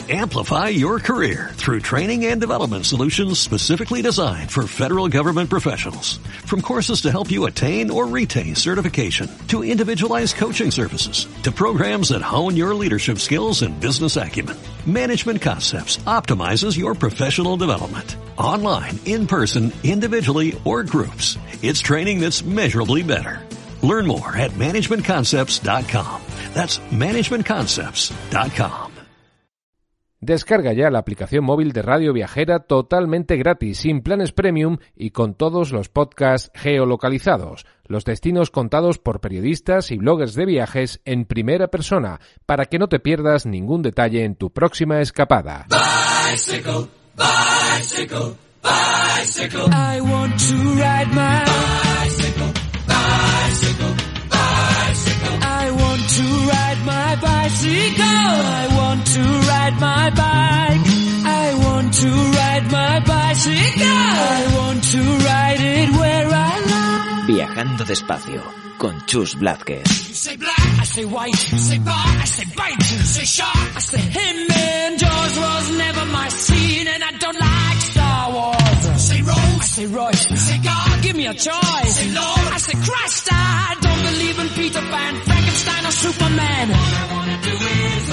Amplify your career through training and development solutions specifically designed for federal government professionals. From courses to help you attain or retain certification, to individualized coaching services, to programs that hone your leadership skills and business acumen, Management Concepts optimizes your professional development. Online, in person, individually, or groups. It's training that's measurably better. Learn more at managementconcepts.com. That's managementconcepts.com. Descarga ya la aplicación móvil de Radio Viajera totalmente gratis, sin planes premium y con todos los podcasts geolocalizados, los destinos contados por periodistas y bloggers de viajes en primera persona, para que no te pierdas ningún detalle en tu próxima escapada. Bicycle, bicycle, bicycle. I want to ride my bicycle, bicycle, bicycle. I want to ride my bicycle. I want to ride my bike. I want to ride my bicycle. I want to ride it where I like. Viajando despacio con Chus Blázquez. You say black, I say white. You say bar, I say bite. You say shark, I say him. And Jaws was never my scene, and I don't like Star Wars. You say Rose, I say Royce. You say God, give me a choice. Say Lord, I say Christ. I don't believe in Peter Pan, Frankenstein or Superman. All I wanna do is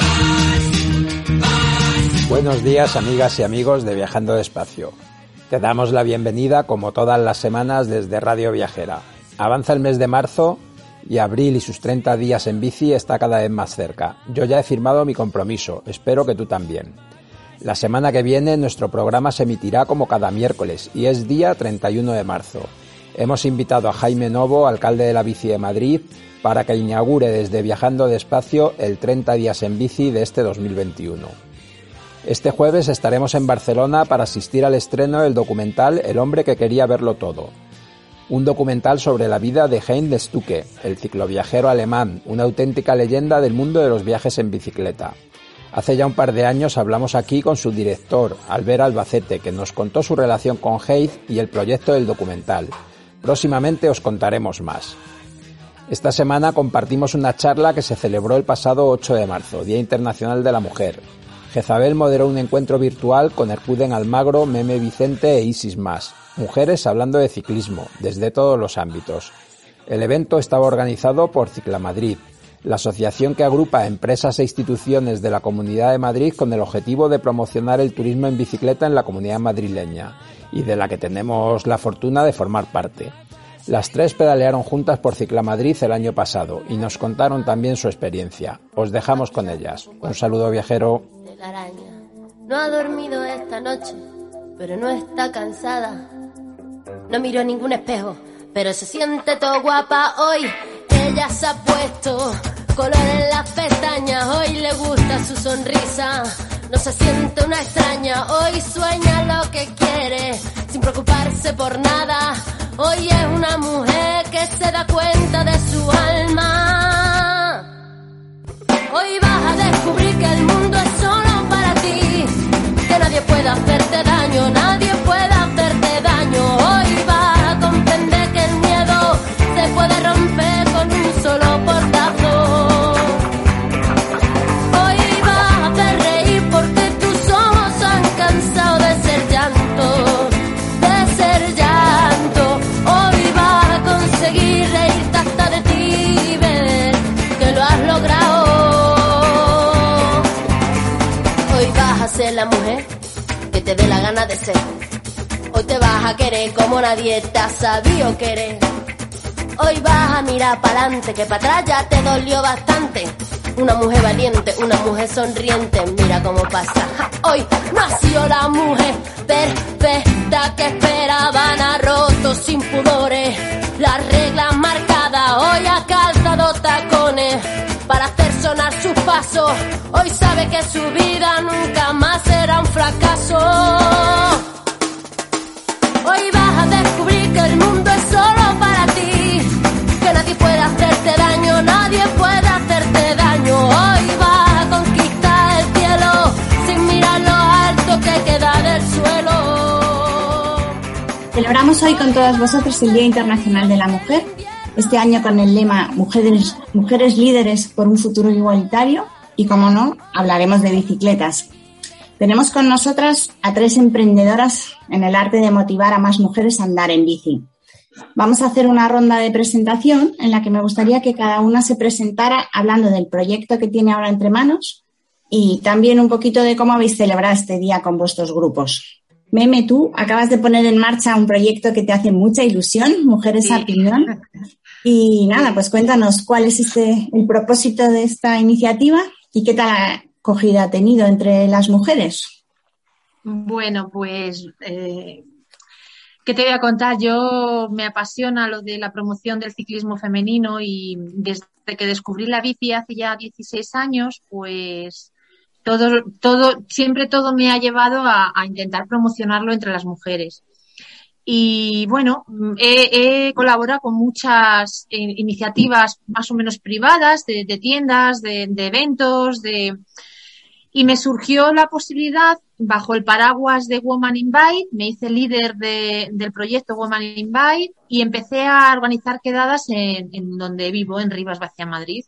bicycle. Buenos días, amigas y amigos de Viajando Despacio. Te damos la bienvenida como todas las semanas desde Radio Viajera. Avanza el mes de marzo y abril y sus 30 días en bici está cada vez más cerca. Yo ya he firmado mi compromiso, espero que tú también. La semana que viene nuestro programa se emitirá como cada miércoles y es día 31 de marzo. Hemos invitado a Jaime Novo, alcalde de la bici de Madrid, para que inaugure desde Viajando Despacio el 30 días en bici de este 2021. Este jueves estaremos en Barcelona para asistir al estreno del documental El hombre que quería verlo todo. Un documental sobre la vida de Heinz Stucke, el cicloviajero alemán, una auténtica leyenda del mundo de los viajes en bicicleta. Hace ya un par de años hablamos aquí con su director, Albert Albacete, que nos contó su relación con Heinz y el proyecto del documental. Próximamente os contaremos más. Esta semana compartimos una charla que se celebró el pasado 8 de marzo, Día Internacional de la Mujer. Jezabel moderó un encuentro virtual con Ercuden Almagro, Meme Vicente e Isis Mas, mujeres hablando de ciclismo, desde todos los ámbitos. El evento estaba organizado por Ciclamadrid, la asociación que agrupa a empresas e instituciones de la Comunidad de Madrid con el objetivo de promocionar el turismo en bicicleta en la comunidad madrileña, y de la que tenemos la fortuna de formar parte. Las tres pedalearon juntas por Ciclamadrid el año pasado y nos contaron también su experiencia. Os dejamos con ellas. Un saludo, viajero. La araña no ha dormido esta noche, pero no está cansada. No miró ningún espejo, pero se siente todo guapa hoy. Ella se ha puesto color en las pestañas, hoy le gusta su sonrisa. No se siente una extraña, hoy sueña lo que quiere, sin preocuparse por nada. Hoy es una mujer que se da cuenta de su alma. Hoy vas a descubrir que el mundo es solo para ti, que nadie puede hacerte daño, nadie puede hacerte daño. Hoy vas a comprender que el miedo se puede romper con un solo portazo. Hoy vas a hacer reír porque tus ojos han cansado de ser llanto, de ser llanto. Hoy vas a conseguir reírte hasta de ti y ver que lo has logrado. Hoy vas a ser la mujer que te dé la gana de ser. Hoy te vas a querer como nadie te ha sabido querer. Hoy vas a mirar para adelante, que para atrás ya te dolió bastante. Una mujer valiente, una mujer sonriente, mira cómo pasa. Hoy nació la mujer perfecta que esperaban, ha roto sin pudores las reglas marcadas. Hoy ha calzado tacones para hacer sonar sus pasos. Hoy sabe que su vida nunca más será un fracaso. Hoy vas a descubrir que el mundo es solo para ti, que nadie puede hacerte daño, nadie puede hacerte daño. Hoy vas a conquistar el cielo sin mirar lo alto que queda del suelo. Celebramos hoy con todas vosotros el Día Internacional de la Mujer, este año con el lema Mujeres líderes por un futuro igualitario y, como no, hablaremos de bicicletas. Tenemos con nosotras a 3 emprendedoras en el arte de motivar a más mujeres a andar en bici. Vamos a hacer una ronda de presentación en la que me gustaría que cada una se presentara hablando del proyecto que tiene ahora entre manos y también un poquito de cómo habéis celebrado este día con vuestros grupos. Meme, tú acabas de poner en marcha un proyecto que te hace mucha ilusión, Mujeres a Piñón. Y nada, pues cuéntanos cuál es el propósito de esta iniciativa y qué tal acogida ha tenido entre las mujeres. Bueno, pues, ¿qué te voy a contar? Yo me apasiona lo de la promoción del ciclismo femenino y desde que descubrí la bici hace ya 16 años, pues siempre todo me ha llevado a intentar promocionarlo entre las mujeres. Y bueno, he colaborado con muchas iniciativas más o menos privadas, de tiendas, de eventos, y me surgió la posibilidad, bajo el paraguas de Women Invite, me hice líder del proyecto Women Invite y empecé a organizar quedadas en donde vivo, en Rivas Vacia, Madrid.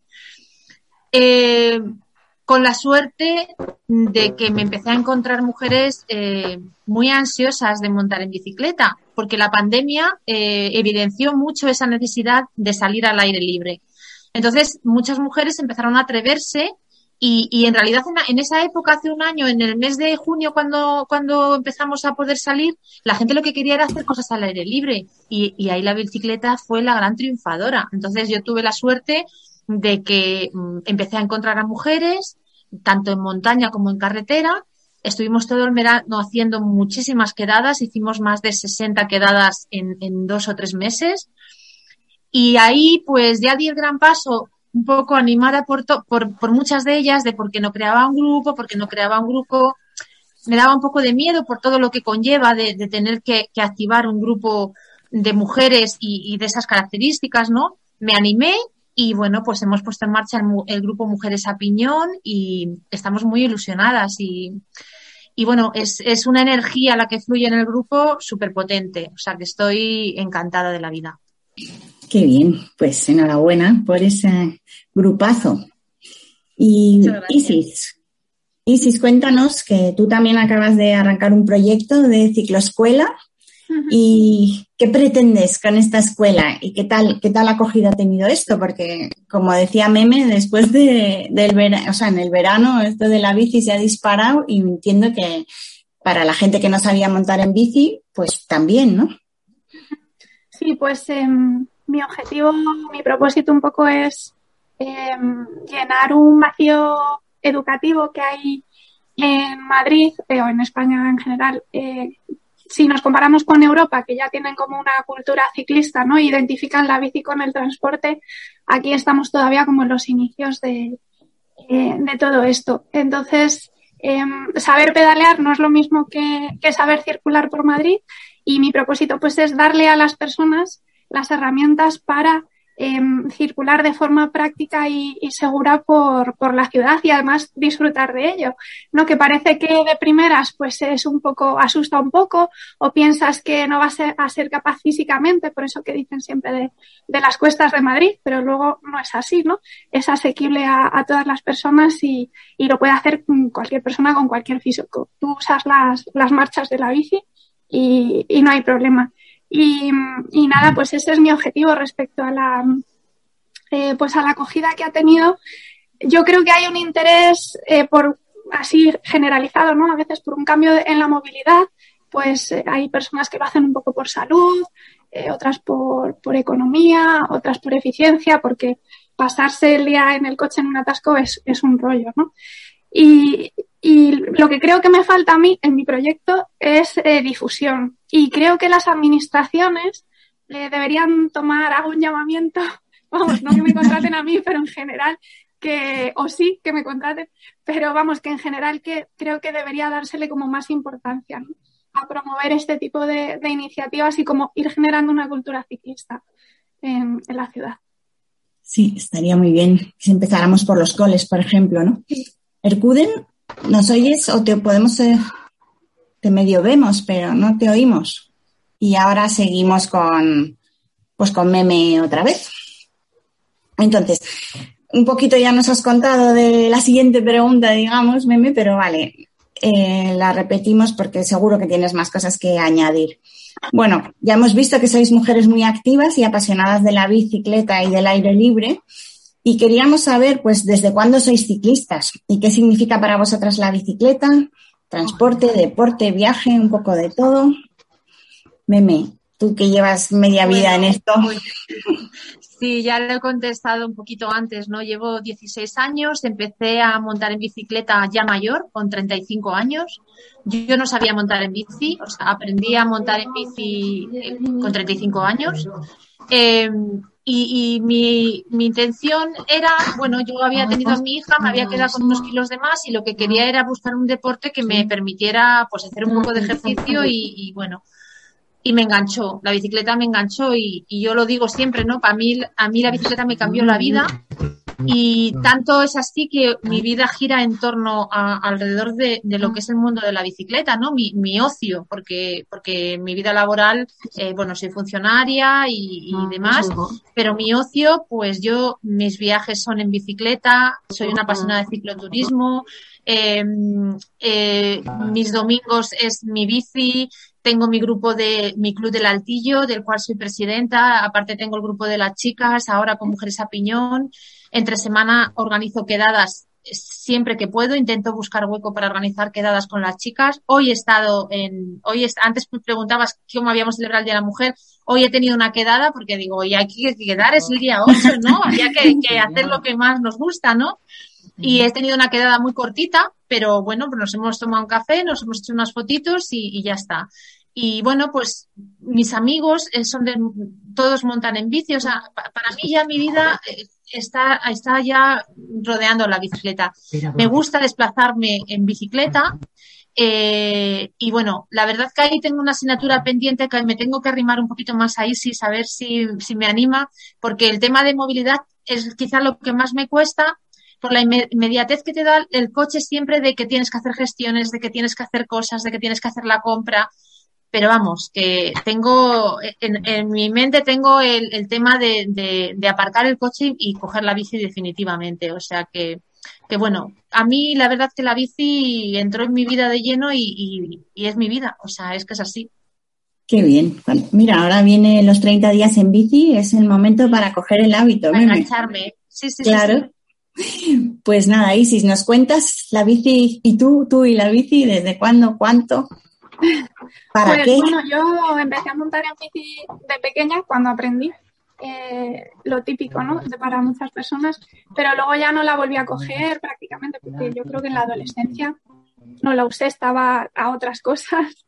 Con la suerte de que me empecé a encontrar mujeres muy ansiosas de montar en bicicleta, porque la pandemia evidenció mucho esa necesidad de salir al aire libre. Entonces, muchas mujeres empezaron a atreverse y en realidad en esa época, hace un año, en el mes de junio, cuando empezamos a poder salir, la gente lo que quería era hacer cosas al aire libre y ahí la bicicleta fue la gran triunfadora. Entonces, yo tuve la suerte de que empecé a encontrar a mujeres, tanto en montaña como en carretera. Estuvimos todo el verano haciendo muchísimas quedadas, hicimos más de 60 quedadas en 2 o 3 meses. Y ahí pues ya di el gran paso, un poco animada por muchas de ellas, de porque no creaba un grupo, me daba un poco de miedo por todo lo que conlleva de tener que activar un grupo de mujeres y de esas características, ¿no? Me animé. Y bueno, pues hemos puesto en marcha el grupo Mujeres a Piñón y estamos muy ilusionadas y bueno, es una energía la que fluye en el grupo súper potente. O sea que estoy encantada de la vida. Qué bien, pues enhorabuena por ese grupazo. Y Isis, cuéntanos que tú también acabas de arrancar un proyecto de cicloescuela. ¿Y qué pretendes con esta escuela? ¿Y qué tal acogida ha tenido esto? Porque, como decía Meme, después del verano, en el verano, esto de la bici se ha disparado y entiendo que para la gente que no sabía montar en bici, pues también, ¿no? Sí, pues mi objetivo, mi propósito un poco es llenar un vacío educativo que hay en Madrid o en España en general. Si nos comparamos con Europa, que ya tienen como una cultura ciclista, ¿no? Identifican la bici con el transporte, aquí estamos todavía como en los inicios de todo esto. Entonces, saber pedalear no es lo mismo que saber circular por Madrid y mi propósito pues es darle a las personas las herramientas para circular de forma práctica y segura por la ciudad y además disfrutar de ello, ¿no? Que parece que de primeras pues es un poco, asusta un poco o piensas que no vas a ser capaz físicamente, por eso que dicen siempre de las cuestas de Madrid, pero luego no es así, ¿no? Es asequible a todas las personas y lo puede hacer cualquier persona con cualquier físico. Tú usas las marchas de la bici y no hay problema. Y nada, pues ese es mi objetivo respecto a la acogida que ha tenido. Yo creo que hay un interés por así generalizado, ¿no? A veces por un cambio en la movilidad, pues hay personas que lo hacen un poco por salud, otras por economía, otras por eficiencia, porque pasarse el día en el coche en un atasco es un rollo, ¿no? Y lo que creo que me falta a mí en mi proyecto es difusión. Y creo que las administraciones deberían hago un llamamiento, vamos, no que me contraten a mí, pero en general, que me contraten, pero vamos, que en general que creo que debería dársele como más importancia, ¿no? A promover este tipo de iniciativas y como ir generando una cultura ciclista en la ciudad. Sí, estaría muy bien si empezáramos por los coles, por ejemplo, ¿no? Ercuden, ¿nos oyes o te medio vemos, pero no te oímos? Y ahora seguimos con Meme otra vez. Entonces, un poquito ya nos has contado de la siguiente pregunta, digamos, Meme, pero vale. la repetimos porque seguro que tienes más cosas que añadir. Bueno, ya hemos visto que sois mujeres muy activas y apasionadas de la bicicleta y del aire libre. Y queríamos saber, pues, ¿desde cuándo sois ciclistas? ¿Y qué significa para vosotras la bicicleta? Transporte, deporte, viaje, un poco de todo. Meme, tú que llevas media vida en esto. Sí, ya lo he contestado un poquito antes, ¿no? Llevo 16 años, empecé a montar en bicicleta ya mayor, con 35 años. Yo no sabía montar en bici, o sea, aprendí a montar en bici con 35 años. Y mi intención era, bueno, yo había tenido a mi hija, me había quedado con unos kilos de más y lo que quería era buscar un deporte que me permitiera, pues, hacer un poco de ejercicio y bueno, y me enganchó, la bicicleta me enganchó y yo lo digo siempre, ¿no? A mí la bicicleta me cambió la vida y tanto es así que mi vida gira en torno alrededor de lo que es el mundo de la bicicleta, ¿no? Mi ocio, porque mi vida laboral, bueno, soy funcionaria y demás, pero mi ocio, pues mis viajes son en bicicleta, soy una apasionada de cicloturismo, mis domingos es mi bici. Tengo mi club del Altillo, del cual soy presidenta. Aparte tengo el grupo de las chicas, ahora con Mujeres a Piñón. Entre semana organizo quedadas siempre que puedo. Intento buscar hueco para organizar quedadas con las chicas. Antes me preguntabas cómo habíamos celebrado el Día de la Mujer. Hoy he tenido una quedada porque digo, oye, hay que quedar, es el día 8, ¿no? Había que hacer lo que más nos gusta, ¿no? Y he tenido una quedada muy cortita, pero bueno, pues nos hemos tomado un café, nos hemos hecho unas fotitos y ya está. Y bueno, pues mis amigos todos montan en bici, o sea, para mí ya mi vida está ya rodeando la bicicleta. Me gusta desplazarme en bicicleta y bueno, la verdad que ahí tengo una asignatura pendiente que me tengo que arrimar un poquito más ahí, sí, saber si me anima, porque el tema de movilidad es quizá lo que más me cuesta, por la inmediatez que te da el coche siempre de que tienes que hacer gestiones, de que tienes que hacer cosas, de que tienes que hacer la compra. Pero vamos, que tengo, en mi mente tengo el tema de aparcar el coche y coger la bici definitivamente. O sea que bueno, a mí la verdad que la bici entró en mi vida de lleno y es mi vida. O sea, es que es así. Qué bien. Bueno, mira, ahora vienen los 30 días en bici, es el momento para coger el hábito. Para engancharme. Sí. Claro. Sí. Pues nada, Isis, ¿nos cuentas la bici y tú y la bici? ¿Desde cuándo? ¿Cuánto? ¿Para qué? Bueno, yo empecé a montar en bici de pequeña cuando aprendí, lo típico, ¿no? Para muchas personas, pero luego ya no la volví a coger prácticamente porque yo creo que en la adolescencia no la usé, estaba a otras cosas.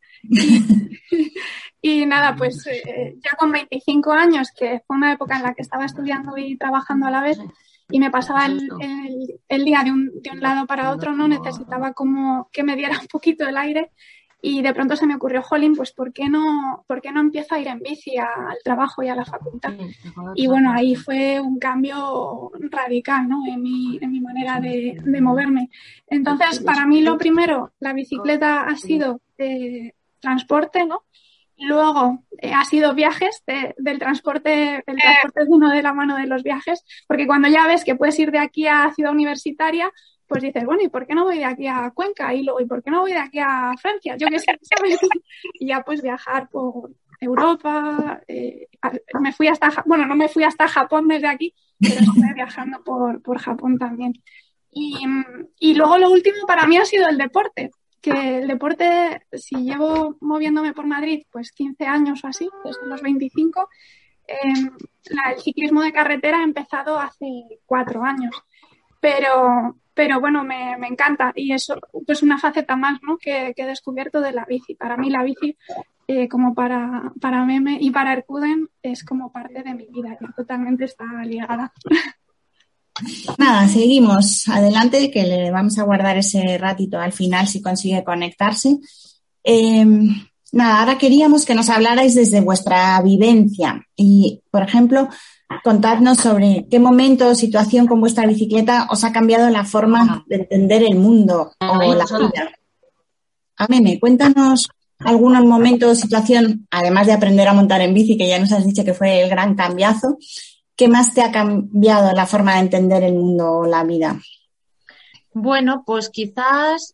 Y nada, pues ya con 25 años, que fue una época en la que estaba estudiando y trabajando a la vez, y me pasaba el día de un lado para otro, ¿no? Necesitaba como que me diera un poquito el aire y de pronto se me ocurrió, jolín, pues ¿por qué no empiezo a ir en bici al trabajo y a la facultad? Y bueno, ahí fue un cambio radical, ¿no? En mi manera de moverme. Entonces, para mí lo primero, la bicicleta ha sido transporte, ¿no? Luego ha sido viajes, del transporte es uno de la mano de los viajes, porque cuando ya ves que puedes ir de aquí a Ciudad Universitaria, pues dices, bueno, ¿y por qué no voy de aquí a Cuenca? Y luego, ¿y por qué no voy de aquí a Francia? Yo qué sé, ¿sabes? Y ya pues viajar por Europa, no me fui hasta Japón desde aquí, pero estuve viajando por Japón también. Y luego lo último para mí ha sido el deporte. Que el deporte, si llevo moviéndome por Madrid pues 15 años o así, desde los 25, el ciclismo de carretera ha empezado hace 4 años. Pero bueno, me encanta y eso pues una faceta más, ¿no? que he descubierto de la bici. Para mí la bici, como para Meme y para Erkuden, es como parte de mi vida, ya totalmente está ligada. Nada, seguimos adelante, que le vamos a guardar ese ratito al final si consigue conectarse. Nada, ahora queríamos que nos hablarais desde vuestra vivencia y, por ejemplo, contadnos sobre qué momento o situación con vuestra bicicleta os ha cambiado la forma de entender el mundo o la vida. Meme, cuéntanos algún momento o situación, además de aprender a montar en bici, que ya nos has dicho que fue el gran cambiazo. ¿Qué más te ha cambiado la forma de entender el mundo o la vida? Bueno, pues quizás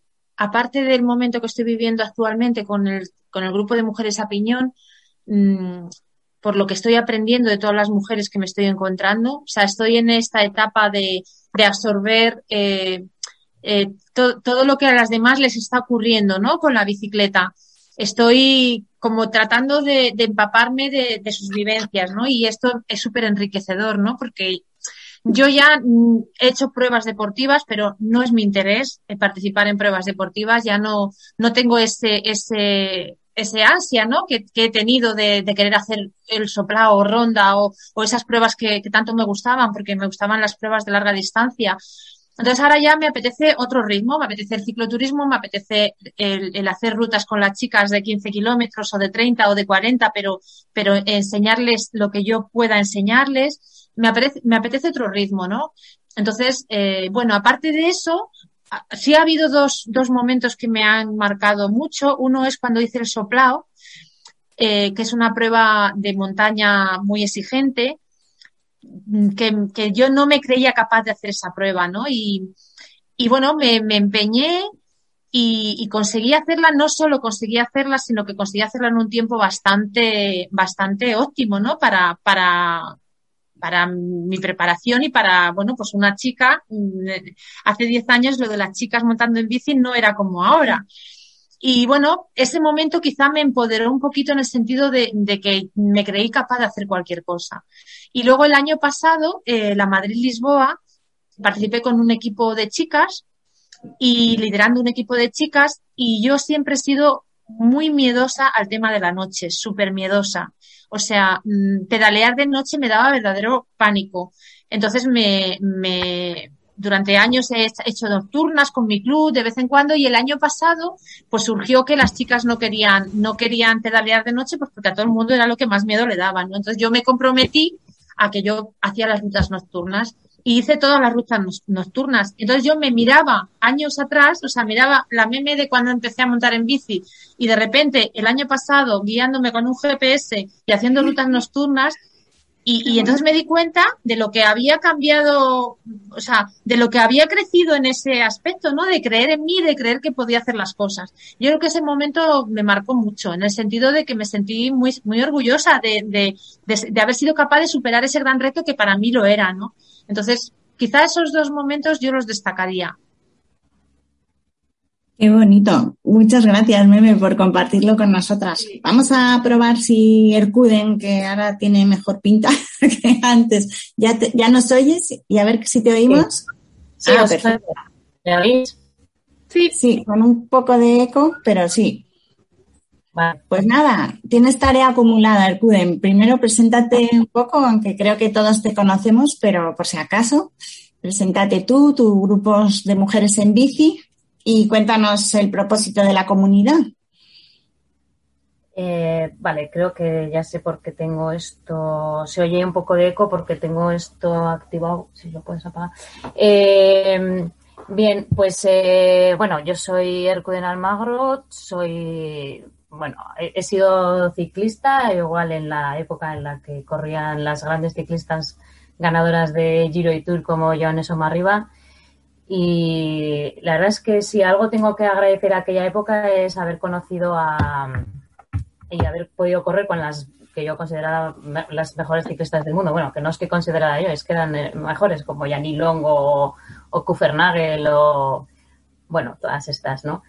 aparte del momento que estoy viviendo actualmente con el grupo de mujeres a piñón, por lo que estoy aprendiendo de todas las mujeres que me estoy encontrando, o sea, estoy en esta etapa de absorber todo lo que a las demás les está ocurriendo, ¿no? Con la bicicleta. Estoy como tratando de empaparme de sus vivencias, ¿no? Y esto es súper enriquecedor, ¿no? Porque yo ya he hecho pruebas deportivas, pero no es mi interés participar en pruebas deportivas. Ya no tengo ese ansia, ¿no? Que he tenido de querer hacer el soplao o ronda o esas pruebas que tanto me gustaban, porque me gustaban las pruebas de larga distancia. Entonces ahora ya me apetece otro ritmo, me apetece el cicloturismo, me apetece el hacer rutas con las chicas de 15 kilómetros o de 30 o de 40, pero enseñarles lo que yo pueda enseñarles. Me apetece otro ritmo, ¿no? Entonces, bueno, aparte de eso, sí ha habido dos momentos que me han marcado mucho. Uno es cuando hice el soplao, que es una prueba de montaña muy exigente, que yo no me creía capaz de hacer esa prueba, ¿no? Y bueno, me empeñé y conseguí hacerla. No solo conseguí hacerla, sino que conseguí hacerla en un tiempo bastante óptimo, ¿no? Para mi preparación y para, bueno, pues una chica. Hace 10 años lo de las chicas montando en bici no era como ahora. Y bueno, ese momento quizá me empoderó un poquito en el sentido de que me creí capaz de hacer cualquier cosa. Y luego el año pasado, la Madrid-Lisboa, participé con un equipo de chicas y liderando un equipo de chicas, y yo siempre he sido muy miedosa al tema de la noche, súper miedosa. O sea, pedalear de noche me daba verdadero pánico. Entonces durante años he hecho nocturnas con mi club de vez en cuando, y el año pasado pues surgió que las chicas no querían pedalear de noche, pues porque a todo el mundo era lo que más miedo le daba, ¿no? Entonces yo me comprometí a que yo hacía las rutas nocturnas y hice todas las rutas nocturnas. Entonces yo me miraba años atrás, o sea, miraba la meme de cuando empecé a montar en bici, y de repente el año pasado guiándome con un GPS y haciendo rutas nocturnas. Y entonces me di cuenta de lo que había cambiado, o sea, de lo que había crecido en ese aspecto, ¿no? De creer en mí, de creer que podía hacer las cosas. Yo creo que ese momento me marcó mucho, en el sentido de que me sentí muy, muy orgullosa de haber sido capaz de superar ese gran reto que para mí lo era, ¿no? Entonces, quizá esos dos momentos yo los destacaría. Qué bonito. Muchas gracias, Meme, por compartirlo con nosotras. Vamos a probar si Erkuden, que ahora tiene mejor pinta que antes, ya nos oyes, y a ver si te oímos. Sí, perfecto. ¿Me oís? Sí, con un poco de eco, pero sí. Vale. Pues nada, tienes tarea acumulada, Erkuden. Primero, preséntate un poco, aunque creo que todos te conocemos, pero por si acaso, preséntate tú, tus grupos de mujeres en bici, y cuéntanos el propósito de la comunidad. Vale, creo que ya sé por qué tengo esto. Se oye un poco de eco porque tengo esto activado. Si lo puedes apagar. Bien, pues bueno, yo soy Erkuden Almagro. He sido ciclista, igual en la época en la que corrían las grandes ciclistas ganadoras de Giro y Tour como Joanes Omarriba. Y la verdad es que si algo tengo que agradecer a aquella época es haber conocido y haber podido correr con las que yo consideraba las mejores ciclistas del mundo. Bueno, que no es que considerara yo, es que eran mejores, como Janine Long o Kufernagel o, bueno, todas estas, ¿no?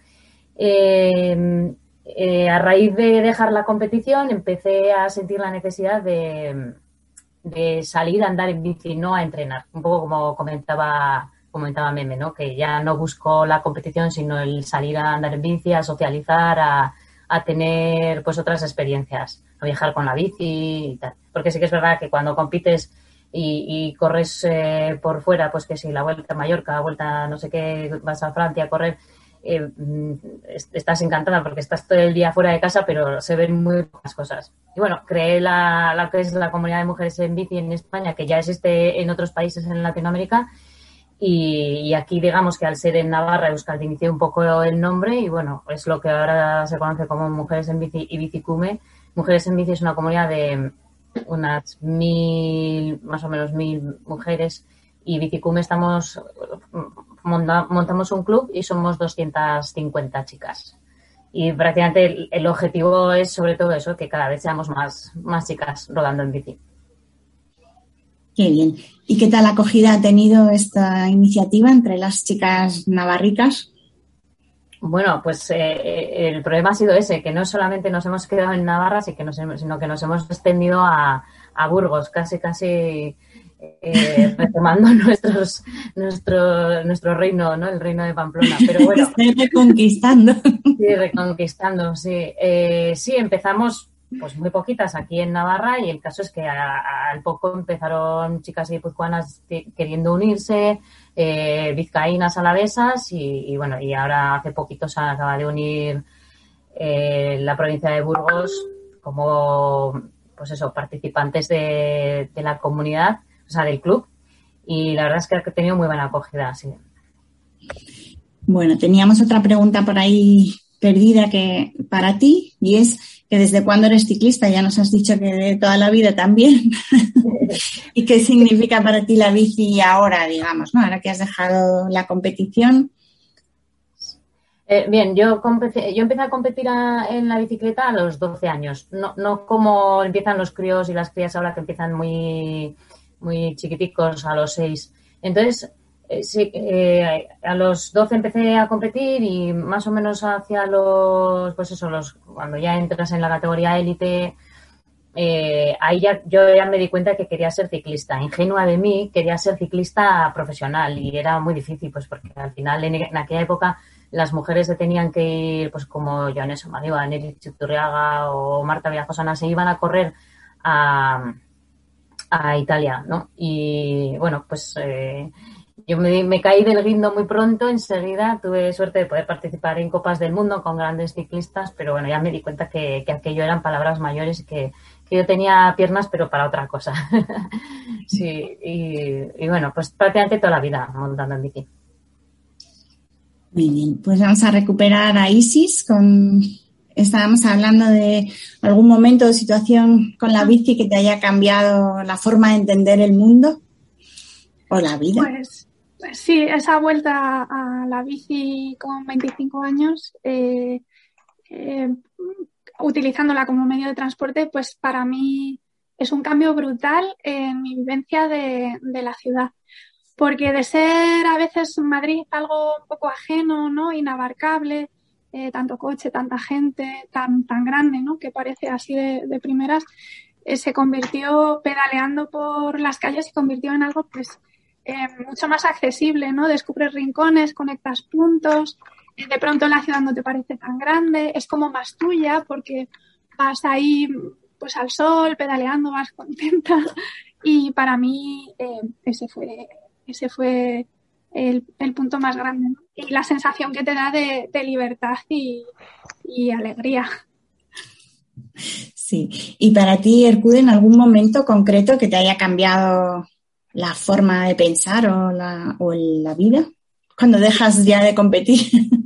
A raíz de dejar la competición empecé a sentir la necesidad de salir a andar en bici, no a entrenar. Un poco como comentaba Meme, ¿no? Que ya no busco la competición, sino el salir a andar en bici, a socializar, a tener pues otras experiencias, a viajar con la bici y tal. Porque sí que es verdad que cuando compites y corres por fuera, pues que si la Vuelta a Mallorca, la Vuelta no sé qué, vas a Francia a correr, estás encantada porque estás todo el día fuera de casa, pero se ven muy pocas cosas. Y bueno, creé la que es la comunidad de mujeres en bici en España, que ya existe en otros países en Latinoamérica. Y aquí, digamos que al ser en Navarra, Euskaltzaindicia un poco el nombre, y bueno, es lo que ahora se conoce como Mujeres en Bici y Bicicume. Mujeres en Bici es una comunidad de unas 1.000, más o menos 1.000 mujeres, y Bicicum montamos un club y somos 250 chicas. Y prácticamente el objetivo es sobre todo eso, que cada vez seamos más chicas rodando en bici. Qué bien. ¿Y qué tal acogida ha tenido esta iniciativa entre las chicas navarricas? Bueno, pues el problema ha sido ese, que no solamente nos hemos quedado en Navarra, sino que nos hemos extendido a Burgos, casi retomando nuestro reino, ¿no? El reino de Pamplona. Pero bueno, estoy reconquistando. Sí, reconquistando, sí. Sí, empezamos pues muy poquitas aquí en Navarra y el caso es que al poco empezaron chicas guipuzcoanas queriendo unirse, vizcaínas, alavesas y bueno, y ahora hace poquito se acaba de unir la provincia de Burgos como, pues eso, participantes de la comunidad, o sea, del club, y la verdad es que ha tenido muy buena acogida, sí. Bueno, teníamos otra pregunta por ahí perdida que para ti, y es que desde cuándo eres ciclista. Ya nos has dicho que de toda la vida también. ¿Y qué significa para ti la bici ahora, digamos, ¿no? Ahora que has dejado la competición. Bien, yo empecé a competir en la bicicleta a los 12 años. No como empiezan los críos y las crías ahora, que empiezan muy, muy chiquiticos a los 6. Entonces, sí, a los 12 empecé a competir y más o menos hacia cuando ya entras en la categoría élite, ahí yo ya me di cuenta que quería ser ciclista. Ingenua de mí, quería ser ciclista profesional y era muy difícil, pues porque al final en aquella época las mujeres se tenían que ir, pues como Joanes Omariba, Nelly Chiturriaga o Marta Villajosana, se iban a correr a Italia, ¿no? Y bueno, pues yo me caí del guindo muy pronto, enseguida tuve suerte de poder participar en Copas del Mundo con grandes ciclistas, pero bueno, ya me di cuenta que aquello eran palabras mayores y que yo tenía piernas, pero para otra cosa. Sí, y bueno, pues prácticamente toda la vida montando en bici. Muy bien, pues vamos a recuperar a Isis. Estábamos hablando de algún momento o situación con la bici que te haya cambiado la forma de entender el mundo o la vida. Pues sí, esa vuelta a la bici con 25 años, utilizándola como medio de transporte, pues para mí es un cambio brutal en mi vivencia de la ciudad. Porque de ser a veces Madrid algo un poco ajeno, ¿no? Inabarcable, tanto coche, tanta gente, tan grande, ¿no? Que parece así de primeras, se convirtió, pedaleando por las calles, se convirtió en algo pues mucho más accesible, ¿no? Descubres rincones, conectas puntos, de pronto la ciudad no te parece tan grande, es como más tuya porque vas ahí pues al sol, pedaleando, vas contenta, y para mí ese fue el punto más grande, ¿no? Y la sensación que te da de libertad y alegría. Sí. ¿Y para ti, Ercude, en algún momento concreto que te haya cambiado la forma de pensar o la vida cuando dejas ya de competir?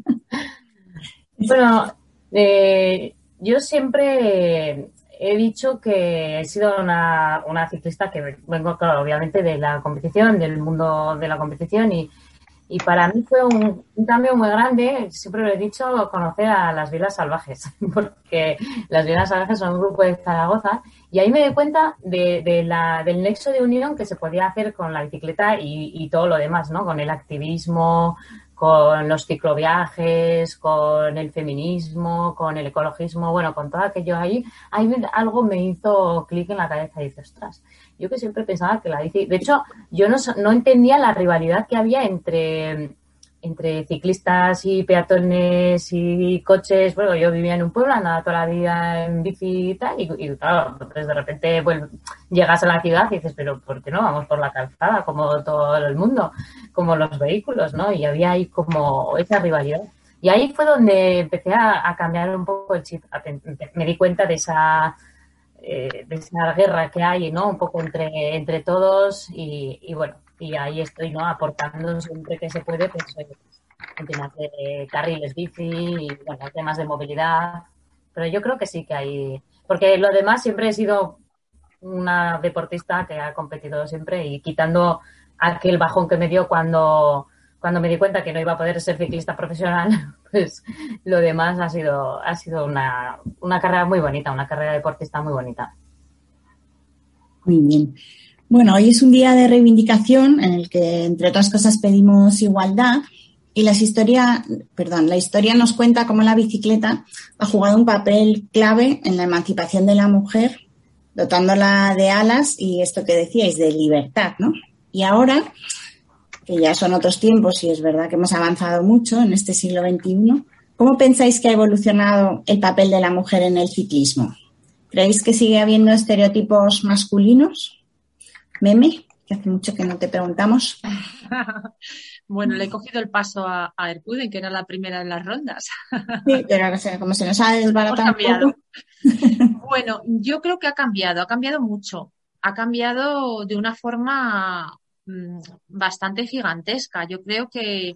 Bueno, yo siempre he dicho que he sido una ciclista que vengo, claro, obviamente de la competición, del mundo de la competición y para mí fue un cambio muy grande, siempre lo he dicho, conocer a las Vilas Salvajes, porque las Vilas Salvajes son un grupo de Zaragoza y ahí me di cuenta del nexo de unión que se podía hacer con la bicicleta y todo lo demás, ¿no? Con el activismo, con los cicloviajes, con el feminismo, con el ecologismo, bueno, con todo aquello ahí algo me hizo clic en la cabeza y dije, ostras, yo que siempre pensaba que la bici... De hecho, yo no entendía la rivalidad que había entre ciclistas y peatones y coches. Bueno, yo vivía en un pueblo, andaba toda la vida en bici y tal, y claro, entonces de repente llegas a la ciudad y dices, pero ¿por qué no vamos por la calzada como todo el mundo, como los vehículos, ¿no? Y había ahí como esa rivalidad. Y ahí fue donde empecé a cambiar un poco el chip. Me di cuenta de esa guerra que hay, ¿no? Un poco entre todos y bueno, y ahí estoy, ¿no? Aportando siempre que se puede, pues en temas de carriles bici y bueno, temas de movilidad. Pero yo creo que sí que hay, porque lo demás siempre he sido una deportista que ha competido siempre y quitando aquel bajón que me dio cuando me di cuenta que no iba a poder ser ciclista profesional, pues lo demás ha sido una carrera muy bonita, una carrera deportista muy bonita. Muy bien. Bueno, hoy es un día de reivindicación en el que, entre otras cosas, pedimos igualdad y la historia nos cuenta cómo la bicicleta ha jugado un papel clave en la emancipación de la mujer, dotándola de alas y esto que decíais, de libertad, ¿no? Y ahora, que ya son otros tiempos y es verdad que hemos avanzado mucho en este siglo XXI, ¿cómo pensáis que ha evolucionado el papel de la mujer en el ciclismo? ¿Creéis que sigue habiendo estereotipos masculinos? Meme, que hace mucho que no te preguntamos. Bueno, le he cogido el paso a Erkuden, que era la primera en las rondas. Sí, pero como se nos ha desbaratado un poco. Bueno, yo creo que ha cambiado mucho. Ha cambiado de una forma bastante gigantesca. Yo creo que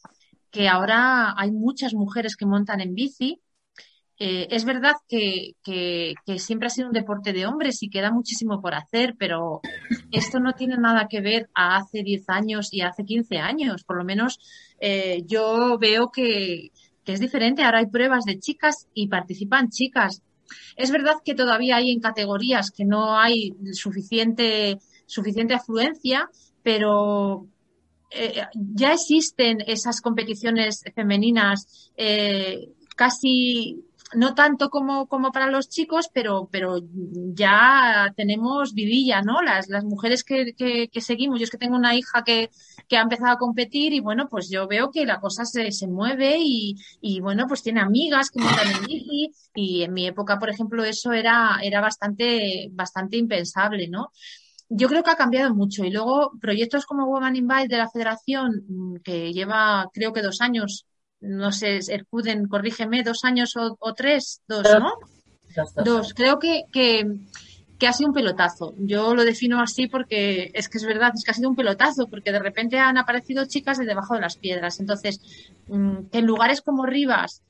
ahora hay muchas mujeres que montan en bici. Es verdad que siempre ha sido un deporte de hombres y queda muchísimo por hacer, pero esto no tiene nada que ver a hace 10 años y hace 15 años. Por lo menos yo veo que es diferente. Ahora hay pruebas de chicas y participan chicas. Es verdad que todavía hay en categorías que no hay suficiente afluencia, pero ya existen esas competiciones femeninas casi no tanto como para los chicos, pero ya tenemos vidilla, ¿no? Las mujeres que seguimos. Yo es que tengo una hija que ha empezado a competir y bueno, pues yo veo que la cosa se mueve y bueno, pues tiene amigas que montan en bici y en mi época, por ejemplo, eso era bastante impensable, ¿no? Yo creo que ha cambiado mucho y luego proyectos como Women in Bike de la Federación, que lleva creo que 2 años, no sé, Erkuden, corrígeme, 2 años o 3, 2, ¿no? 2. Creo que ha sido un pelotazo. Yo lo defino así porque es que es verdad, es que ha sido un pelotazo, porque de repente han aparecido chicas de debajo de las piedras. Entonces, que en lugares como Rivas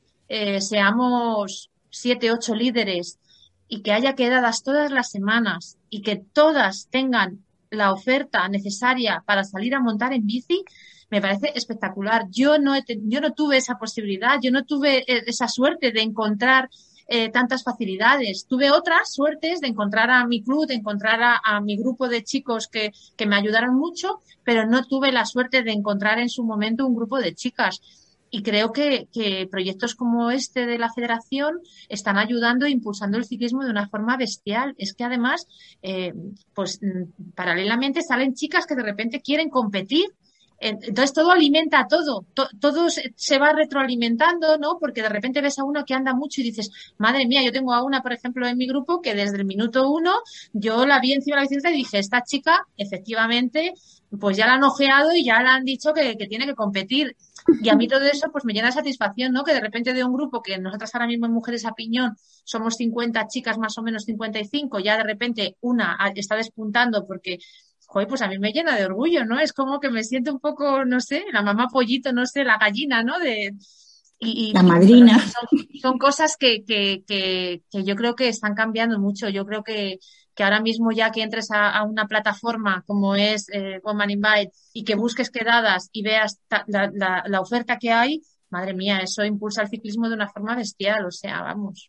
seamos 7, 8 líderes y que haya quedadas todas las semanas y que todas tengan la oferta necesaria para salir a montar en bici, me parece espectacular. Yo no tuve esa posibilidad, yo no tuve esa suerte de encontrar tantas facilidades. Tuve otras suertes de encontrar a mi club, de encontrar a mi grupo de chicos que me ayudaron mucho, pero no tuve la suerte de encontrar en su momento un grupo de chicas. Y creo que proyectos como este de la Federación están ayudando e impulsando el ciclismo de una forma bestial. Es que además, pues paralelamente salen chicas que de repente quieren competir. Entonces todo alimenta a todo se va retroalimentando, ¿no? Porque de repente ves a uno que anda mucho y dices, madre mía, yo tengo a una, por ejemplo, en mi grupo que desde el minuto 1 yo la vi encima de la bicicleta y dije, esta chica, efectivamente, pues ya la han ojeado y ya le han dicho que tiene que competir. Y a mí todo eso pues me llena de satisfacción, ¿no? Que de repente de un grupo que nosotras ahora mismo en Mujeres a Piñón somos 50 chicas, más o menos 55, ya de repente una está despuntando porque joder, pues a mí me llena de orgullo, ¿no? Es como que me siento un poco, no sé, la mamá pollito, no sé, la gallina, ¿no? La madrina. Son cosas que yo creo que están cambiando mucho. Yo creo que ahora mismo ya que entres a una plataforma como es Women in Bike y que busques quedadas y veas la oferta que hay, madre mía, eso impulsa el ciclismo de una forma bestial, o sea, vamos.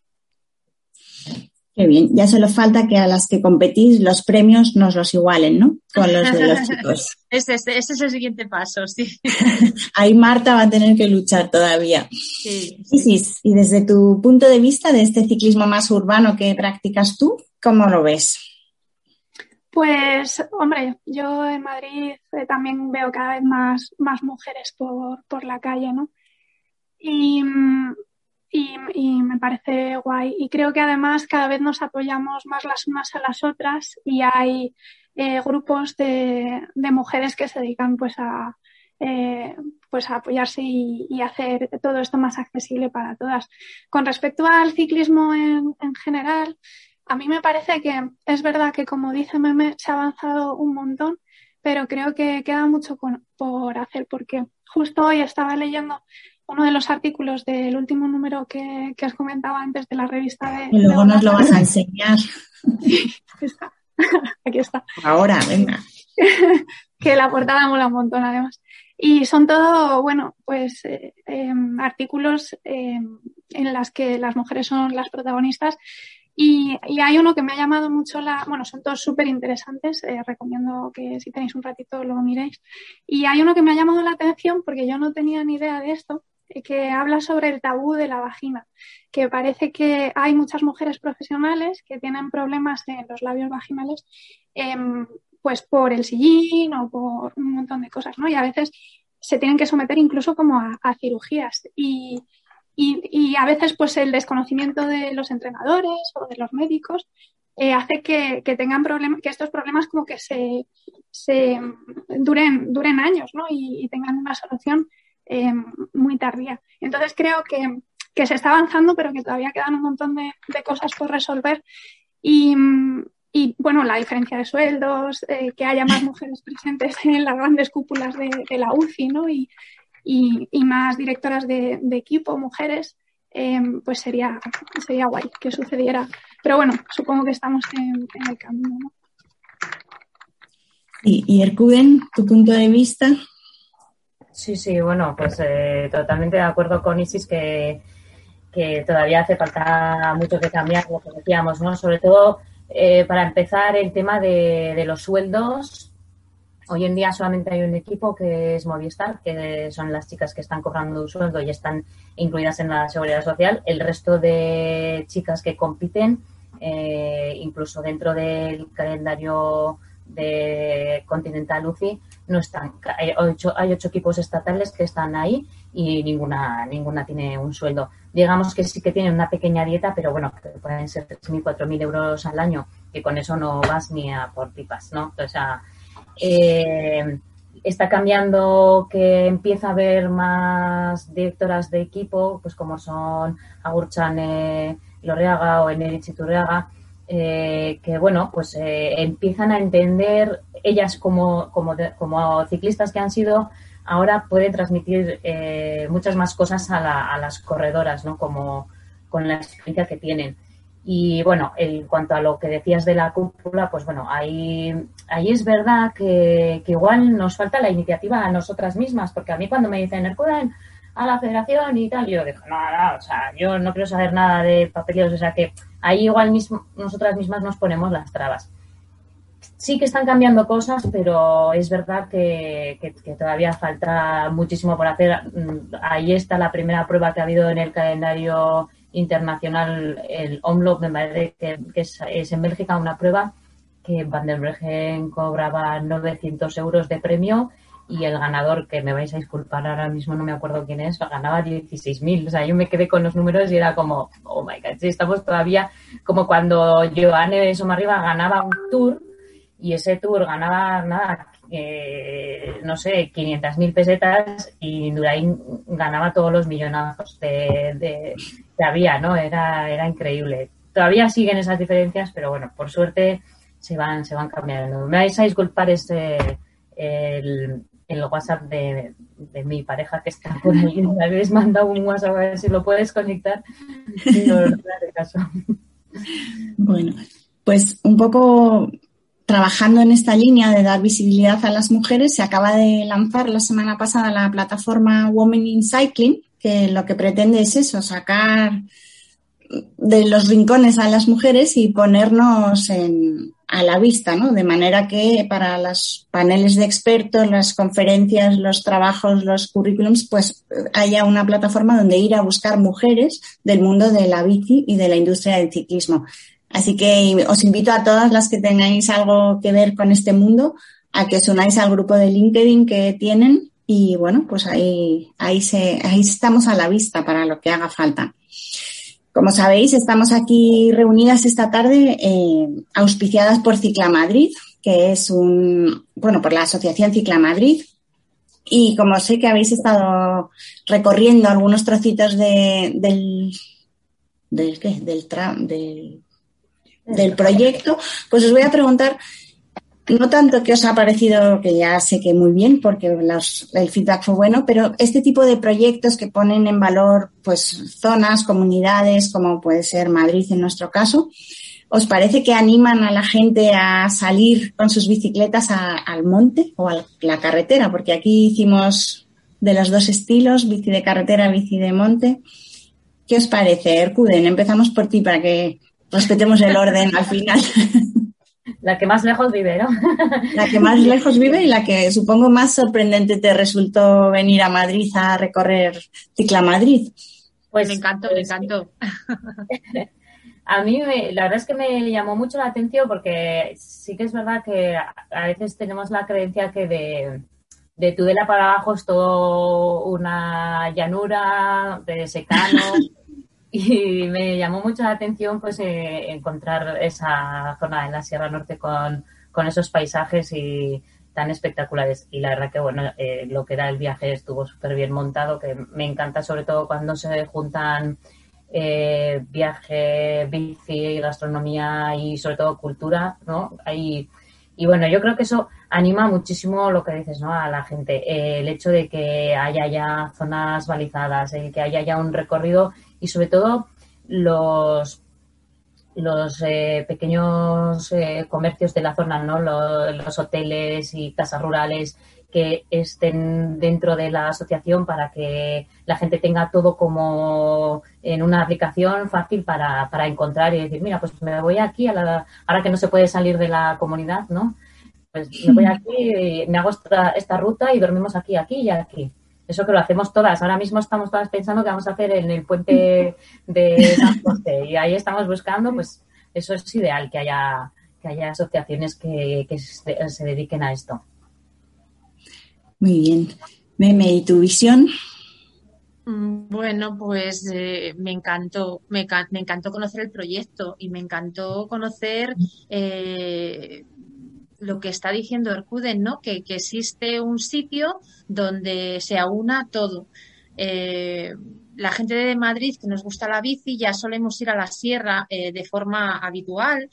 Qué bien, ya solo falta que a las que competís los premios nos los igualen, ¿no? Con los de los chicos. Ese es el siguiente paso, sí. Ahí Marta va a tener que luchar todavía. Sí. Y desde tu punto de vista de este ciclismo más urbano que practicas tú, ¿cómo lo ves? Pues, hombre, yo en Madrid también veo cada vez más mujeres por la calle, ¿no? Y me parece guay. Y creo que además cada vez nos apoyamos más las unas a las otras y hay grupos de mujeres que se dedican pues a apoyarse y hacer todo esto más accesible para todas. Con respecto al ciclismo en general, a mí me parece que es verdad que, como dice Meme, se ha avanzado un montón, pero creo que queda mucho por hacer, porque justo hoy estaba leyendo uno de los artículos del último número que os comentaba antes de la revista de... Y luego nos lo vas a enseñar. Sí, aquí está. Ahora, venga. que la portada mola un montón además. Y son todo, bueno, pues artículos en las que las mujeres son las protagonistas. Y hay uno que me ha llamado mucho bueno, son todos súper interesantes, recomiendo que si tenéis un ratito lo miréis. Y hay uno que me ha llamado la atención porque yo no tenía ni idea de esto, que habla sobre el tabú de la vagina, que parece que hay muchas mujeres profesionales que tienen problemas en los labios vaginales, pues por el sillín o por un montón de cosas, ¿no? Y a veces se tienen que someter incluso como a cirugías y a veces pues el desconocimiento de los entrenadores o de los médicos hace que tengan problemas, que estos problemas como que se duren años, ¿no? Y tengan una solución muy tardía. Entonces creo que se está avanzando, pero que todavía quedan un montón de cosas por resolver y bueno, la diferencia de sueldos, que haya más mujeres presentes en las grandes cúpulas de la UCI, ¿no? Y más directoras de equipo, mujeres, pues sería guay que sucediera. Pero bueno, supongo que estamos en el camino, ¿no? Y Ercuden, tu punto de vista. Sí, bueno, pues totalmente de acuerdo con Isis que todavía hace falta mucho que cambiar, lo que decíamos, ¿no? Sobre todo, para empezar, el tema de los sueldos. Hoy en día solamente hay un equipo que es Movistar, que son las chicas que están cobrando un sueldo y están incluidas en la Seguridad Social. El resto de chicas que compiten, incluso dentro del calendario de Continental UCI, no están. Hay 8 equipos estatales que están ahí y ninguna tiene un sueldo. Digamos que sí que tienen una pequeña dieta, pero bueno, que pueden ser 3.000, 4.000 euros al año, que con eso no vas ni a por pipas, ¿no? O sea, está cambiando, que empieza a haber más directoras de equipo, pues como son Agurtxan Lorriaga o Eneritz Iturriaga, que bueno, pues empiezan a entender, ellas como ciclistas que han sido, ahora pueden transmitir muchas más cosas a las corredoras, ¿no? Como con la experiencia que tienen. Y bueno, en cuanto a lo que decías de la cúpula, pues bueno, ahí es verdad que igual nos falta la iniciativa a nosotras mismas, porque a mí cuando me dicen acuden a la federación y tal, yo digo, no, o sea, yo no quiero saber nada de papeleos, o sea que ahí igual nosotras mismas nos ponemos las trabas. Sí que están cambiando cosas, pero es verdad que todavía falta muchísimo por hacer. Ahí está la primera prueba que ha habido en el calendario internacional, el Omloop, me parece que es en Bélgica, una prueba que Van der Breggen cobraba 900 euros de premio y el ganador, que me vais a disculpar ahora mismo, no me acuerdo quién es, ganaba 16.000. O sea, yo me quedé con los números y era como, oh my God, sí, estamos todavía como cuando Joanne Somarriba ganaba un Tour y ese Tour ganaba nada, no sé, 500.000 pesetas y Indurain ganaba todos los millonazos que había, ¿no? Era increíble. Todavía siguen esas diferencias, pero bueno, por suerte se van cambiando. Me vais a disculpar el WhatsApp de mi pareja que está por ahí. Me habéis mandado un WhatsApp a ver si lo puedes conectar. No hace caso. Bueno, pues un poco trabajando en esta línea de dar visibilidad a las mujeres, se acaba de lanzar la semana pasada la plataforma Women in Cycling, que lo que pretende es eso, sacar de los rincones a las mujeres y ponernos a la vista, ¿no? De manera que para los paneles de expertos, las conferencias, los trabajos, los currículums, pues haya una plataforma donde ir a buscar mujeres del mundo de la bici y de la industria del ciclismo. Así que os invito a todas las que tengáis algo que ver con este mundo a que os unáis al grupo de LinkedIn que tienen y bueno, pues ahí estamos a la vista para lo que haga falta. Como sabéis, estamos aquí reunidas esta tarde auspiciadas por Ciclamadrid, que es por la Asociación Ciclamadrid. Y como sé que habéis estado recorriendo algunos trocitos del proyecto, pues os voy a preguntar no tanto qué os ha parecido, que ya sé que muy bien, porque el feedback fue bueno, pero este tipo de proyectos que ponen en valor pues zonas, comunidades, como puede ser Madrid en nuestro caso, ¿Os parece que animan a la gente a salir con sus bicicletas al monte o a la carretera? Porque aquí hicimos de los dos estilos, bici de carretera, bici de monte. ¿Qué os parece, Erkuden? Empezamos por ti para que respetemos el orden al final. La que más lejos vive, ¿no? La que más lejos vive y la que supongo más sorprendente te resultó venir a Madrid a recorrer Ciclamadrid. Pues me encantó. A mí la verdad es que me llamó mucho la atención porque sí que es verdad que a veces tenemos la creencia que de Tudela para abajo es todo una llanura de secano y me llamó mucho la atención pues encontrar esa zona en la Sierra Norte con esos paisajes y tan espectaculares. Y la verdad que bueno, lo que era el viaje estuvo súper bien montado, que me encanta sobre todo cuando se juntan viaje, bici, gastronomía y sobre todo cultura, ¿no? Y bueno, yo creo que eso anima muchísimo lo que dices, ¿no? A la gente. El hecho de que haya ya zonas balizadas, que haya ya un recorrido y sobre todo los pequeños comercios de la zona, ¿no? Los hoteles y casas rurales que estén dentro de la asociación para que la gente tenga todo como en una aplicación fácil para encontrar y decir, mira, pues me voy aquí, ahora que no se puede salir de la comunidad, ¿no? Pues me voy aquí, me hago esta ruta y dormimos aquí y aquí. Eso que lo hacemos todas. Ahora mismo estamos todas pensando que vamos a hacer en el puente de San José y ahí estamos buscando, pues eso es ideal, que haya asociaciones que se dediquen a esto. Muy bien. Meme, ¿y tu visión? Bueno, pues me encantó conocer el proyecto y me encantó conocer lo que está diciendo Erkuden, ¿no? Que existe un sitio donde se aúna todo. La gente de Madrid que nos gusta la bici ya solemos ir a la sierra de forma habitual,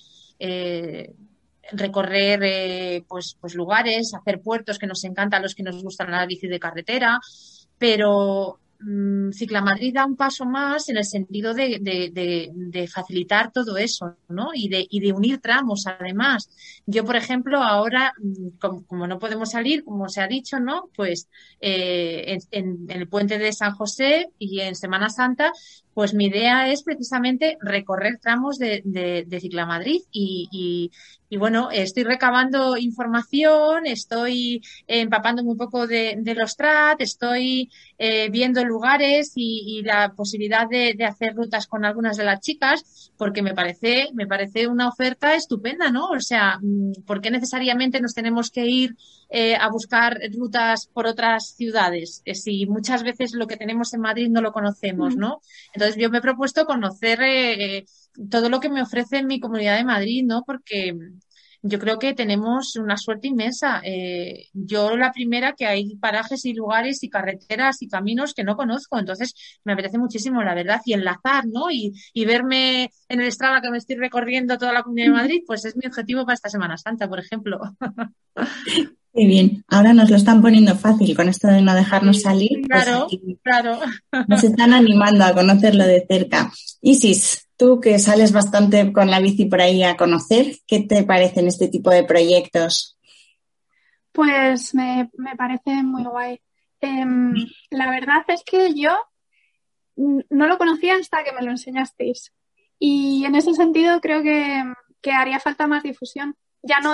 recorrer pues lugares, hacer puertos que nos encantan a los que nos gustan la bici de carretera, pero Ciclamadrid da un paso más en el sentido de facilitar todo eso, ¿no? Y de unir tramos, además. Yo, por ejemplo, ahora, como no podemos salir, como se ha dicho, ¿no? Pues en el puente de San José y en Semana Santa, pues mi idea es precisamente recorrer tramos de Ciclamadrid y bueno, estoy recabando información, estoy empapándome un poco de los TRAD, estoy viendo lugares y la posibilidad de hacer rutas con algunas de las chicas, porque me parece una oferta estupenda, ¿no? O sea, ¿por qué necesariamente nos tenemos que ir a buscar rutas por otras ciudades? Si muchas veces lo que tenemos en Madrid no lo conocemos, ¿no? Entonces yo me he propuesto conocer todo lo que me ofrece en mi Comunidad de Madrid, ¿no? Porque yo creo que tenemos una suerte inmensa. Yo la primera, que hay parajes y lugares y carreteras y caminos que no conozco, entonces me apetece muchísimo, la verdad, y enlazar, ¿no? Y verme en el Strava que me estoy recorriendo toda la Comunidad de Madrid, pues es mi objetivo para esta Semana Santa, por ejemplo. Muy bien, ahora nos lo están poniendo fácil con esto de no dejarnos salir. Claro, pues claro. Nos están animando a conocerlo de cerca. Isis, tú que sales bastante con la bici por ahí a conocer, ¿qué te parecen este tipo de proyectos? Pues me parece muy guay. La verdad es que yo no lo conocía hasta que me lo enseñasteis. Y en ese sentido creo que haría falta más difusión, ya no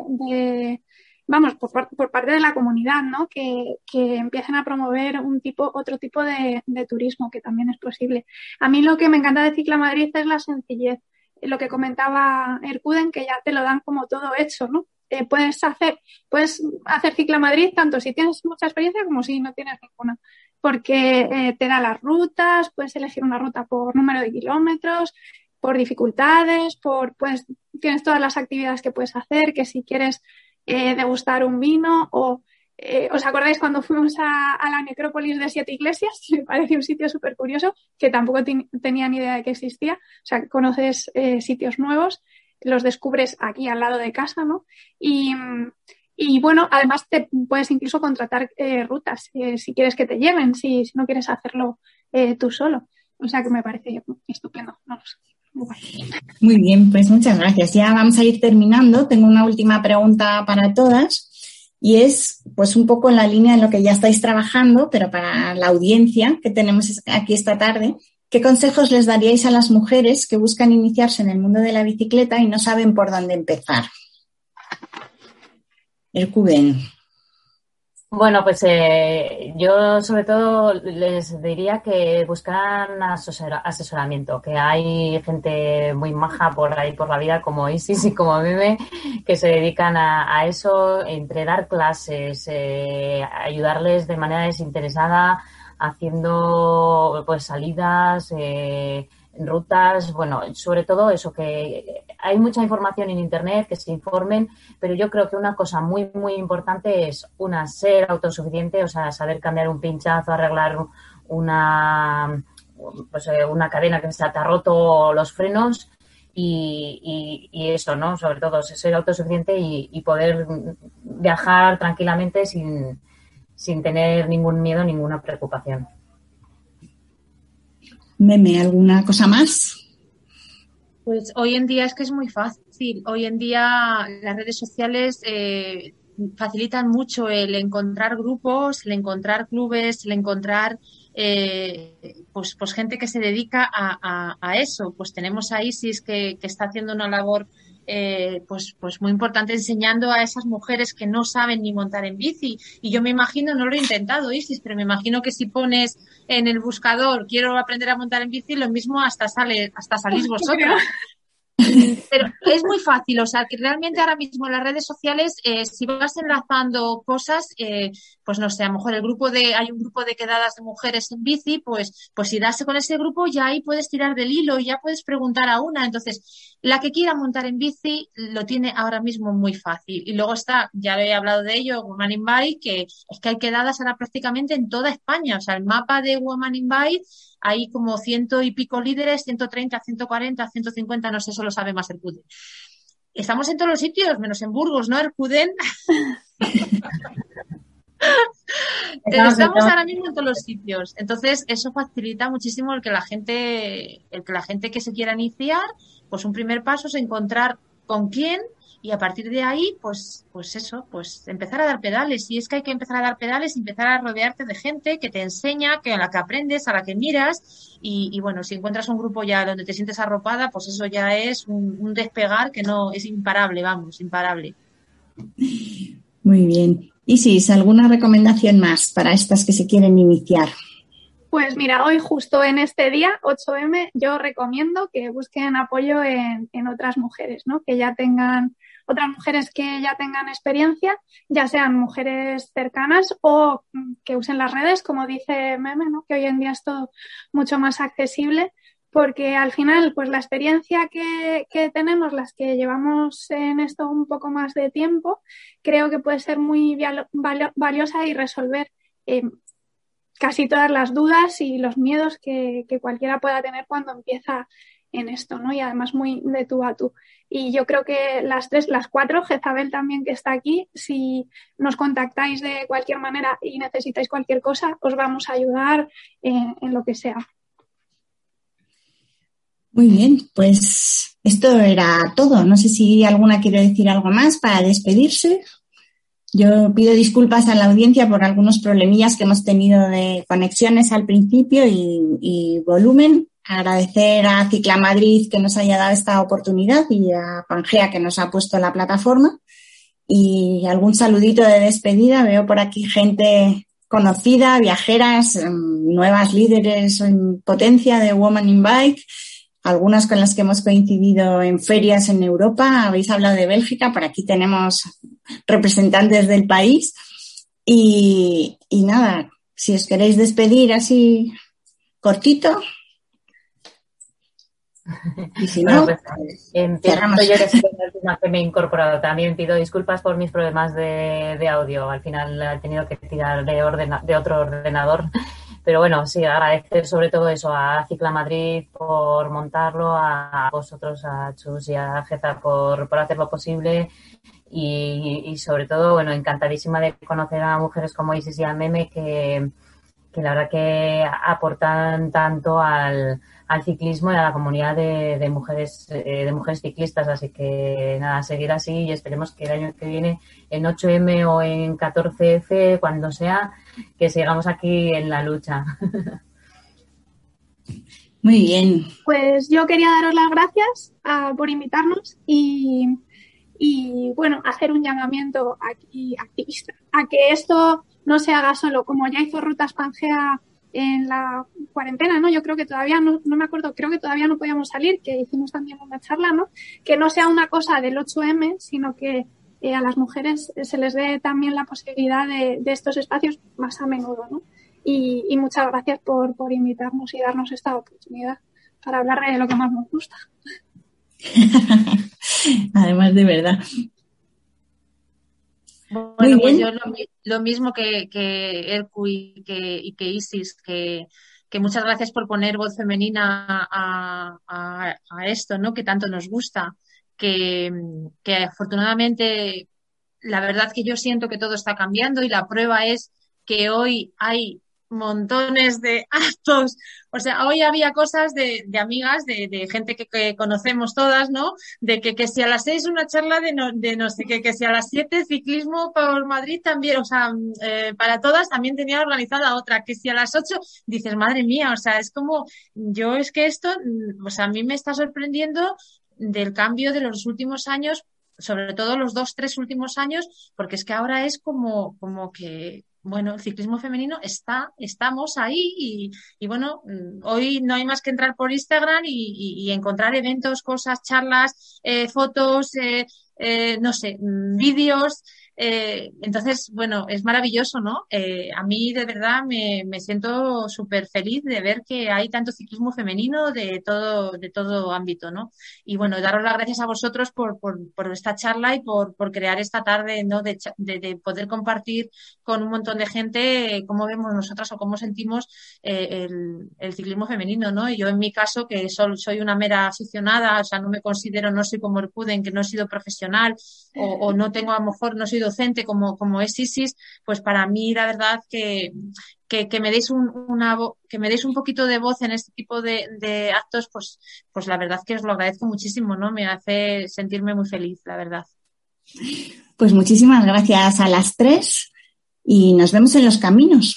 por parte de la comunidad, ¿no? Que empiecen a promover otro tipo de turismo, que también es posible. A mí lo que me encanta de Ciclamadrid es la sencillez. Lo que comentaba Erkuden, que ya te lo dan como todo hecho, ¿no? Puedes hacer Ciclamadrid tanto si tienes mucha experiencia como si no tienes ninguna, porque te da las rutas, puedes elegir una ruta por número de kilómetros, por dificultades, tienes todas las actividades que puedes hacer, que si quieres degustar un vino ¿os acordáis cuando fuimos a la necrópolis de Siete Iglesias? Me parece un sitio súper curioso que tampoco tenía ni idea de que existía. O sea, conoces sitios nuevos, los descubres aquí al lado de casa, ¿no? Y bueno, además te puedes incluso contratar rutas si quieres que te lleven, si no quieres hacerlo tú solo. O sea, que me parece estupendo. No lo sé. Muy bien, pues muchas gracias. Ya vamos a ir terminando. Tengo una última pregunta para todas y es pues un poco en la línea de lo que ya estáis trabajando, pero para la audiencia que tenemos aquí esta tarde. ¿Qué consejos les daríais a las mujeres que buscan iniciarse en el mundo de la bicicleta y no saben por dónde empezar? Ercuben. Bueno, pues yo sobre todo les diría que buscaran asesoramiento, que hay gente muy maja por ahí por la vida como Isis y como Meme que se dedican a eso, entre dar clases, ayudarles de manera desinteresada, haciendo pues salidas, rutas, bueno, sobre todo eso, que hay mucha información en internet, que se informen, pero yo creo que una cosa muy, muy importante es ser autosuficiente, o sea, saber cambiar un pinchazo, arreglar una cadena que se te ha roto los frenos y eso, ¿no? Sobre todo ser autosuficiente y poder viajar tranquilamente sin tener ningún miedo, ninguna preocupación. Meme, ¿alguna cosa más? Pues hoy en día es que es muy fácil. Hoy en día las redes sociales facilitan mucho el encontrar grupos, el encontrar clubes, el encontrar pues gente que se dedica a eso. Pues tenemos a Isis que está haciendo una labor pues muy importante enseñando a esas mujeres que no saben ni montar en bici. Y yo me imagino, no lo he intentado, Isis, pero me imagino que si pones en el buscador quiero aprender a montar en bici, lo mismo hasta salís vosotras. Pero es muy fácil, o sea, que realmente ahora mismo en las redes sociales, si vas enlazando cosas, pues no sé, a lo mejor hay un grupo de quedadas de mujeres en bici, pues si das con ese grupo ya ahí puedes tirar del hilo y ya puedes preguntar a una. Entonces, la que quiera montar en bici lo tiene ahora mismo muy fácil. Y luego está, ya he hablado de ello, Woman in Bike, que es que hay quedadas ahora prácticamente en toda España. O sea, el mapa de Woman in Bike, hay como 100 y pico líderes, 130, 140, 150, no sé, eso lo sabe más Ercuden. Estamos en todos los sitios, menos en Burgos, ¿no, Ercuden? Estamos ahora mismo en todos los sitios. Entonces, eso facilita muchísimo el que la gente que se quiera iniciar, pues un primer paso es encontrar con quién y a partir de ahí, pues empezar a dar pedales. Y es que hay que empezar a dar pedales y empezar a rodearte de gente que te enseña, a la que aprendes, a la que miras. Y bueno, si encuentras un grupo ya donde te sientes arropada, pues eso ya es un despegar que no es imparable, vamos, imparable. Muy bien. Isis, ¿alguna recomendación más para estas que se quieren iniciar? Pues mira, hoy justo en este día, 8M, yo recomiendo que busquen apoyo en otras mujeres, ¿no? Otras mujeres que ya tengan experiencia, ya sean mujeres cercanas o que usen las redes, como dice Meme, ¿no? Que hoy en día es todo mucho más accesible, porque al final, pues la experiencia que tenemos, las que llevamos en esto un poco más de tiempo, creo que puede ser muy valiosa y resolver casi todas las dudas y los miedos que cualquiera pueda tener cuando empieza en esto, ¿no? Y además muy de tú a tú. Y yo creo que las cuatro, Jezabel también que está aquí, si nos contactáis de cualquier manera y necesitáis cualquier cosa, os vamos a ayudar en lo que sea. Muy bien, pues esto era todo. No sé si alguna quiere decir algo más para despedirse. Yo pido disculpas a la audiencia por algunos problemillas que hemos tenido de conexiones al principio y volumen. Agradecer a Cicla Madrid que nos haya dado esta oportunidad y a Pangea que nos ha puesto la plataforma. Y algún saludito de despedida. Veo por aquí gente conocida, viajeras, nuevas líderes en potencia de Woman in Bike, algunas con las que hemos coincidido en ferias en Europa. Habéis hablado de Bélgica, por aquí tenemos representantes del país. Y nada, si os queréis despedir así cortito. Y si no, bueno, pues, empiezo yo, que soy la última que me he incorporado. También pido disculpas por mis problemas de audio. Al final he tenido que tirar de otro ordenador. Pero bueno, sí, agradecer sobre todo eso a Cicla Madrid por montarlo, a vosotros, a Chus y a Geza por hacerlo posible y sobre todo, bueno, encantadísima de conocer a mujeres como Isis y a Meme que la verdad que aportan tanto al al ciclismo y a la comunidad de mujeres ciclistas. Así que nada, seguir así y esperemos que el año que viene, en 8M o en 14F, cuando sea, que sigamos aquí en la lucha. Muy bien. Pues yo quería daros las gracias por invitarnos y bueno, hacer un llamamiento aquí activista a que esto no se haga solo, como ya hizo Rutas Pangea en la cuarentena, ¿no? Yo creo que todavía no me acuerdo, creo que todavía no podíamos salir, que hicimos también una charla, ¿no? Que no sea una cosa del 8M, sino que a las mujeres se les dé también la posibilidad de estos espacios más a menudo, ¿no? Y muchas gracias por invitarnos y darnos esta oportunidad para hablar de lo que más nos gusta. Además, de verdad. Bueno, pues yo lo mismo que Erku y que Isis, que muchas gracias por poner voz femenina a esto, ¿no? Que tanto nos gusta, que afortunadamente la verdad que yo siento que todo está cambiando y la prueba es que hoy hay montones de actos, o sea, hoy había cosas de amigas, de gente que conocemos todas, ¿no? De que si a las 6 una charla de no sé qué, que si a las 7 ciclismo por Madrid también, o sea, para todas también tenía organizada otra, que si a las 8 dices, madre mía, o sea, es como, yo es que esto, o sea, a mí me está sorprendiendo del cambio de los últimos años, sobre todo los 2-3 últimos años, porque es que ahora es como que bueno, el ciclismo femenino estamos ahí y bueno, hoy no hay más que entrar por Instagram y encontrar eventos, cosas, charlas, fotos, no sé, vídeos. Entonces, bueno, es maravilloso, ¿no? A mí de verdad me siento súper feliz de ver que hay tanto ciclismo femenino de todo ámbito, ¿no? Y bueno, daros las gracias a vosotros por esta charla y por crear esta tarde, ¿no? De poder compartir con un montón de gente cómo vemos nosotras o cómo sentimos el ciclismo femenino, ¿no? Y yo en mi caso, que soy una mera aficionada, o sea, no me considero, no soy como Erkuden, que no he sido profesional o no tengo, a lo mejor no soy docente como es Isis, pues para mí la verdad que me deis que me deis un poquito de voz en este tipo de actos, pues la verdad que os lo agradezco muchísimo, ¿no? Me hace sentirme muy feliz, la verdad. Pues muchísimas gracias a las 3 y nos vemos en los caminos.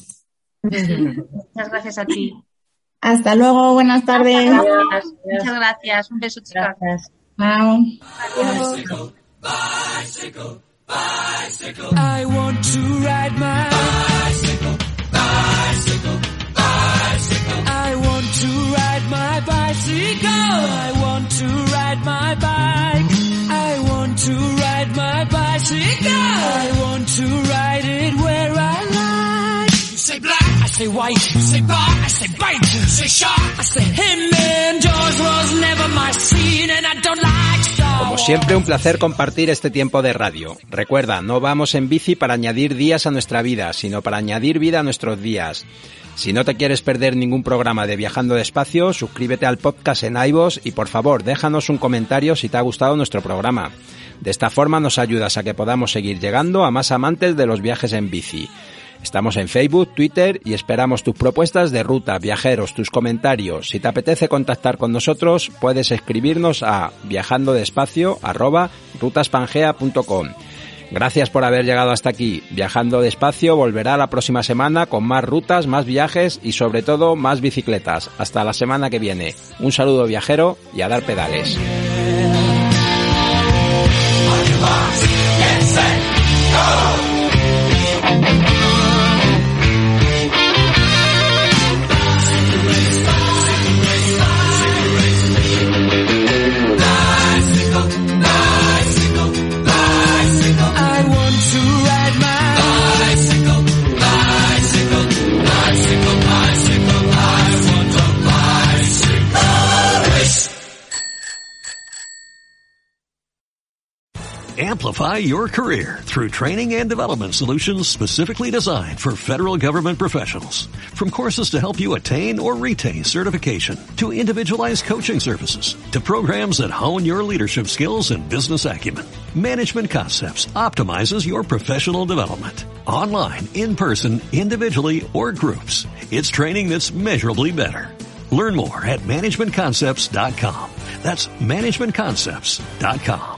Muchas gracias a ti. Hasta luego, buenas tardes. Muchas gracias, un beso, chicas. Chao. Bicycle, bicycle, bicycle. I want to ride my bicycle, bicycle, bicycle. I want to ride my bicycle. I want to ride my bike. I want to ride my bicycle. I want to ride it where I like. You say black, I say white. You say bar, I say bite. You say shark, I say him. And Jaws was never my scene, and I don't like Star Wars. Como siempre, un placer compartir este tiempo de radio. Recuerda, no vamos en bici para añadir días a nuestra vida, sino para añadir vida a nuestros días. Si no te quieres perder ningún programa de Viajando Despacio, suscríbete al podcast en iVoox y por favor, déjanos un comentario si te ha gustado nuestro programa. De esta forma nos ayudas a que podamos seguir llegando a más amantes de los viajes en bici. Estamos en Facebook, Twitter y esperamos tus propuestas de ruta, viajeros, tus comentarios. Si te apetece contactar con nosotros, puedes escribirnos a viajandodespacio@rutaspangea.com. Gracias por haber llegado hasta aquí. Viajando Despacio volverá la próxima semana con más rutas, más viajes y sobre todo más bicicletas. Hasta la semana que viene. Un saludo viajero y a dar pedales. Amplify your career through training and development solutions specifically designed for federal government professionals. From courses to help you attain or retain certification, to individualized coaching services, to programs that hone your leadership skills and business acumen, Management Concepts optimizes your professional development. Online, in person, individually, or groups, it's training that's measurably better. Learn more at managementconcepts.com. That's managementconcepts.com.